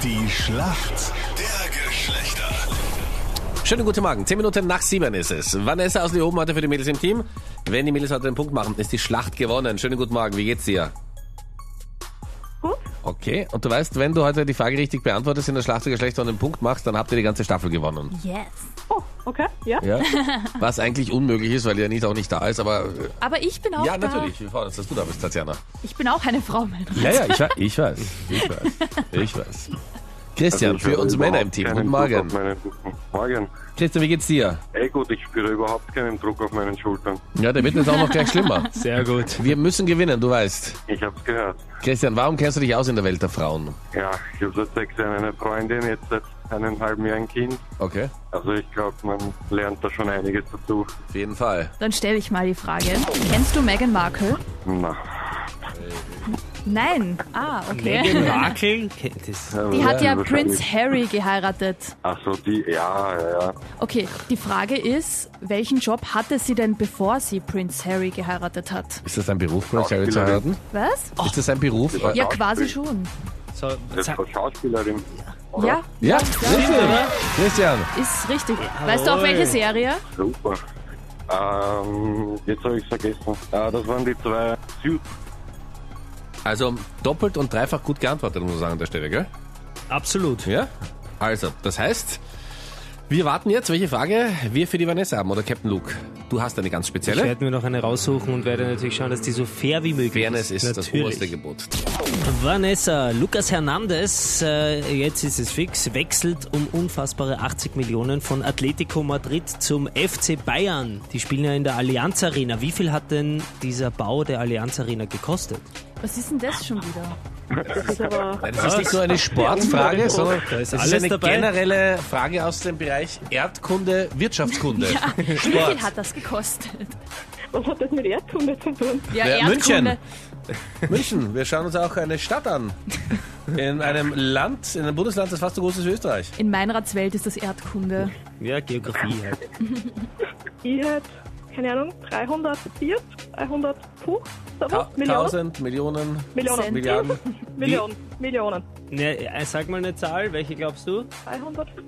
Die Schlacht der Geschlechter. Schönen guten Morgen. 10 Minuten nach 7 ist es. Vanessa aus Leoben heute für die Mädels im Team. Wenn die Mädels heute den Punkt machen, ist die Schlacht gewonnen. Schönen guten Morgen. Wie geht's dir? Gut. Okay. Und du weißt, wenn du heute die Frage richtig beantwortest in der Schlacht der Geschlechter und den Punkt machst, dann habt ihr die ganze Staffel gewonnen. Yes. Oh, okay, ja. Ja? Was eigentlich unmöglich ist, weil die Anita auch nicht da ist, aber... Aber ich bin auch ja, da. natürlich. Wir freuen uns, dass du da bist, Tatjana. Ich bin auch eine Frau, mein Ja, ich weiß. Christian, Also ich für uns habe Männer im überhaupt Team. keinen Guten Morgen. Druck auf meinen- Morgen. Christian, wie geht's dir? Gut, ich spüre überhaupt keinen Druck auf meinen Schultern. Ja, der wird jetzt auch noch gleich schlimmer. Sehr gut. Wir müssen gewinnen, du weißt. Ich hab's gehört. Christian, warum kennst du dich aus in der Welt der Frauen? Ja, ich habe seit 6 Jahren eine Freundin, jetzt seit 1,5 Jahren ein Kind. Okay. Also ich glaube, man lernt da schon einiges dazu. Auf jeden Fall. Dann stelle ich mal die Frage. Kennst du Meghan Markle? Na, Nein. Ah, okay. Meghan Markle? Das Die hat ja wahrscheinlich. Prince Harry geheiratet. Ach so, die, ja. Okay, die Frage ist, welchen Job hatte sie denn, bevor sie Prince Harry geheiratet hat? Ist das ein Beruf, Prince Harry zu heiraten? Was? Ist das ein Beruf? Ja, quasi schon. so, Das ist eine Schauspielerin. Oder? Ja, Ja, richtig. Christian, ist richtig. Weißt du auch welche Serie? Super. Jetzt habe ich vergessen. Das waren die 2 Suits. also doppelt und dreifach gut geantwortet, muss man sagen, an der Stelle, gell? absolut. Ja? Also, das heißt, wir warten jetzt, welche Frage wir für die Vanessa haben oder Captain Luke. Du hast eine ganz Ich spezielle. werde mir noch eine raussuchen und werde natürlich schauen, dass die so fair wie möglich Fairness ist das Natürlich. oberste Gebot. Vanessa, Lucas Hernandez, jetzt ist es fix, wechselt um unfassbare 80 Millionen von Atletico Madrid zum FC Bayern. Die spielen ja in der Allianz Arena. Wie viel hat denn dieser Bau der Allianz Arena gekostet? Was ist denn das schon wieder? Das ist aber... Nein, das ist nicht nur eine Sportfrage, sondern Da ist es ist alles eine dabei. generelle Frage aus dem Bereich Erdkunde, Wirtschaftskunde. Wie Sport. viel hat das gekostet? Was hat das mit Erdkunde zu tun? Ja, Wer- Erdkunde. München, wir schauen uns auch eine Stadt an. In einem Land, in einem Bundesland, das fast so groß ist wie Österreich. In Meinradswelt ist das Erdkunde. Ja, Geografie halt. Ich hätte, keine Ahnung, 340, 350, sowas? Millionen? 1000 Millionen, Millionen. Milliarden. Millionen. Ne, sag mal eine Zahl, welche glaubst du? 340?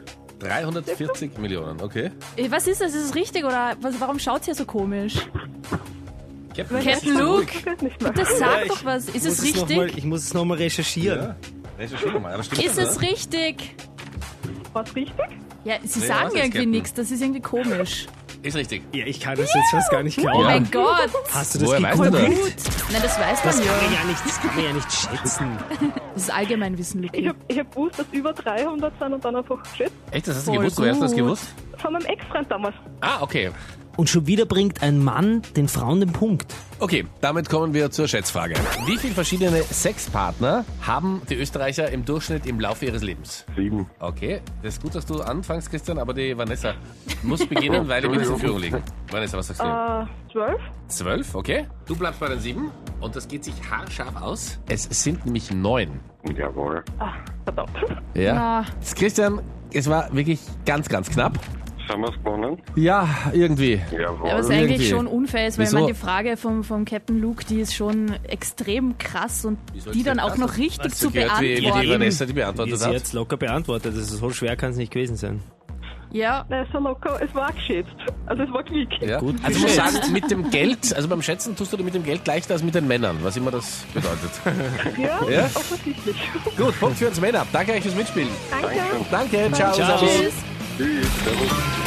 340 Millionen, okay. Was ist das? Ist es richtig oder warum schaut ihr so komisch? Captain Luke. Luke, Ich weiß nicht mehr. das sag Ja, doch was. Ist muss es richtig? Ich muss es nochmal recherchieren. Ja, recherchiere mal. Aber stimmt Ist das, es oder? richtig? Was richtig? Ja, sie Nee, sagen was ist irgendwie Captain? nichts. Das ist irgendwie komisch. Ist richtig. Ja, ich kann das jetzt fast gar nicht Oh glauben. mein Gott. Hast du das Woher weißt geguckt? du das? Gut. Nein, das weiß Das man kann, man ja. ja nicht, das kann man ja nicht schätzen. Das ist Allgemeinwissen, Ich Luki. hab gewusst, dass über 300 sind und dann einfach geschätzt. Echt, das hast du Voll gewusst? Woher hast du das gut. gewusst? Von meinem Ex-Freund damals. Ah, okay. Und schon wieder bringt ein Mann den Frauen den Punkt. Okay, damit kommen wir zur Schätzfrage. Wie viele verschiedene Sexpartner haben die Österreicher im Durchschnitt im Laufe ihres Lebens? 7. Okay, das ist gut, dass du anfängst, Christian, aber die Vanessa muss beginnen, weil die mit in Führung liegen. Vanessa, was sagst du? 12? 12, okay. Du bleibst bei den 7 und das geht sich haarscharf aus. Es sind nämlich 9. Jawohl. Verdammt. Ja. Na, Christian, es war wirklich ganz, ganz knapp. Haben wir es gewonnen? Ja, irgendwie. Jawohl. aber es irgendwie. eigentlich schon unfair ist, weil ich Wieso? meine, die Frage vom Captain Luke, die ist schon extrem krass und Wieso die ist dann der auch krass? noch richtig Hast du zu gehört, wie die beantworten. Vanessa die Die beantwortet ist hat? jetzt locker beantwortet. Also so schwer kann es nicht gewesen sein. Ja, Nein, so locker. Es war geschätzt. Also es war Glück. Ja. Gut Also ich muss geschätzt. sagen, mit dem Geld, also beim Schätzen tust du dir mit dem Geld leichter als mit den Männern, was immer das bedeutet. Ja, Ja? offensichtlich. Gut, Punkt für uns Männer. Danke euch fürs Mitspielen. Danke. Danke, ciao. Ciao. Servus. tschüss. Tschüss. Servus.